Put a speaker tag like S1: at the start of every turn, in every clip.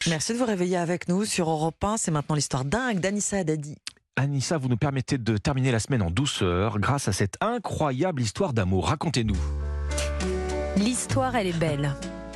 S1: Merci de vous réveiller avec nous sur Europe 1. C'est maintenant l'histoire dingue d'Anissa Haddadi.
S2: Anissa, vous nous permettez de terminer la semaine en douceur grâce à cette incroyable histoire d'amour. Racontez-nous.
S3: L'histoire, elle est belle.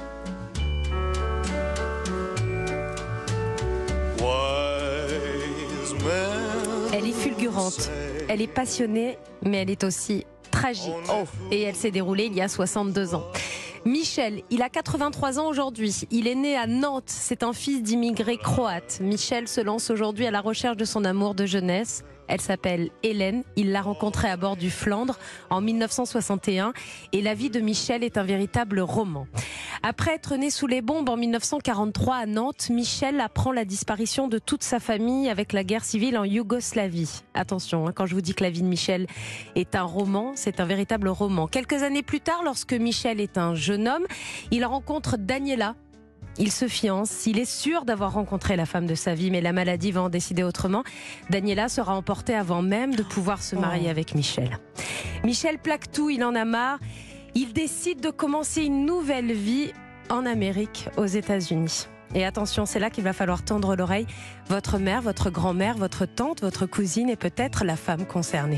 S3: Elle est fulgurante, elle est passionnée, mais elle est aussi tragique. Et elle s'est déroulée il y a 62 ans. Michel, il a 83 ans aujourd'hui. Il est né à Nantes. C'est un fils d'immigrés croates. Michel se lance aujourd'hui à la recherche de son amour de jeunesse. Elle s'appelle Hélène. Il l'a rencontrée à bord du Flandre en 1961. Et la vie de Michel est un véritable roman. Après être né sous les bombes en 1943 à Nantes, Michel apprend la disparition de toute sa famille avec la guerre civile en Yougoslavie. Attention, quand je vous dis que la vie de Michel est un roman, c'est un véritable roman. Quelques années plus tard, lorsque Michel est un jeune homme, il rencontre Daniela. Il se fiance, il est sûr d'avoir rencontré la femme de sa vie, mais la maladie va en décider autrement. Daniela sera emportée avant même de pouvoir se marier avec Michel. Michel plaque tout, il en a marre. Il décide de commencer une nouvelle vie en Amérique, aux États-Unis. Et attention, c'est là qu'il va falloir tendre l'oreille. Votre mère, votre grand-mère, votre tante, votre cousine et peut-être la femme concernée.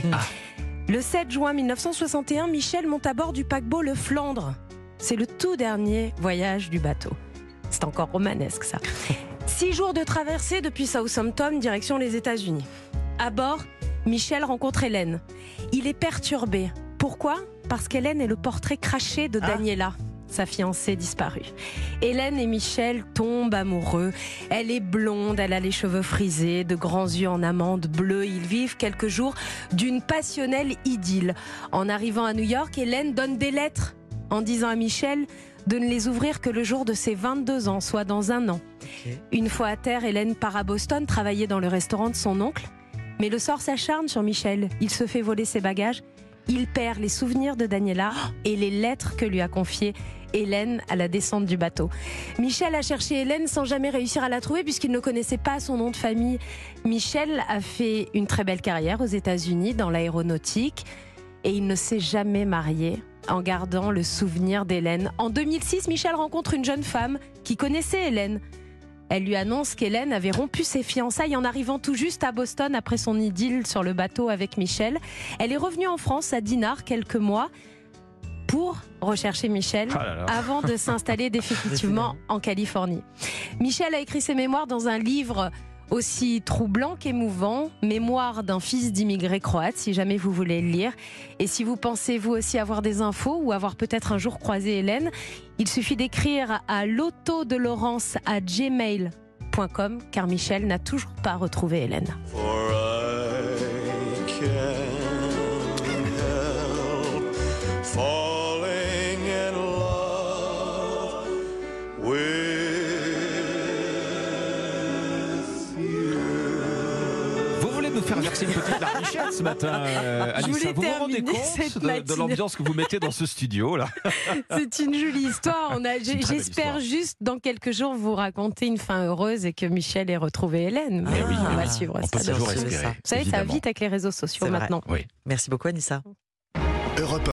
S3: Le 7 juin 1961, Michel monte à bord du paquebot Le Flandre. C'est le tout dernier voyage du bateau. C'est encore romanesque, ça. 6 jours de traversée depuis Southampton, direction les États-Unis. À bord, Michel rencontre Hélène. Il est perturbé. Pourquoi ? Parce qu'Hélène est le portrait craché de Daniela, sa fiancée disparue. Hélène et Michel tombent amoureux. Elle est blonde, elle a les cheveux frisés, de grands yeux en amande bleue. Ils vivent quelques jours d'une passionnelle idylle. En arrivant à New York, Hélène donne des lettres en disant à Michel de ne les ouvrir que le jour de ses 22 ans, soit dans un an. Une fois à terre, Hélène part à Boston travailler dans le restaurant de son oncle. Mais le sort s'acharne sur Michel. Il se fait voler ses bagages. Il perd les souvenirs de Daniela et les lettres que lui a confiées Hélène à la descente du bateau. Michel a cherché Hélène sans jamais réussir à la trouver puisqu'il ne connaissait pas son nom de famille. Michel a fait une très belle carrière aux États-Unis dans l'aéronautique et il ne s'est jamais marié en gardant le souvenir d'Hélène. En 2006, Michel rencontre une jeune femme qui connaissait Hélène. Elle lui annonce qu'Hélène avait rompu ses fiançailles en arrivant tout juste à Boston après son idylle sur le bateau avec Michel. Elle est revenue en France, à Dinard, quelques mois pour rechercher Michel avant de s'installer définitivement en Californie. Michel a écrit ses mémoires dans un livre aussi troublant qu'émouvant, Mémoires d'un fils d'immigrés croates, si jamais vous voulez le lire. Et si vous pensez vous aussi avoir des infos ou avoir peut-être un jour croisé Hélène, il suffit d'écrire à lottodelaurence@gmail.com car Michel n'a toujours pas retrouvé Hélène.
S2: Nous faire verser une petite larmichette ce matin, Anissa. Vous vous rendez compte de l'ambiance que vous mettez dans ce studio là?
S3: C'est une jolie histoire. J'espère juste dans quelques jours vous raconter une fin heureuse et que Michel ait retrouvé Hélène. Mais on va suivre ça.
S2: Toujours espérer.
S3: Vous savez, ça va vite avec les réseaux sociaux maintenant.
S1: Merci beaucoup Anissa.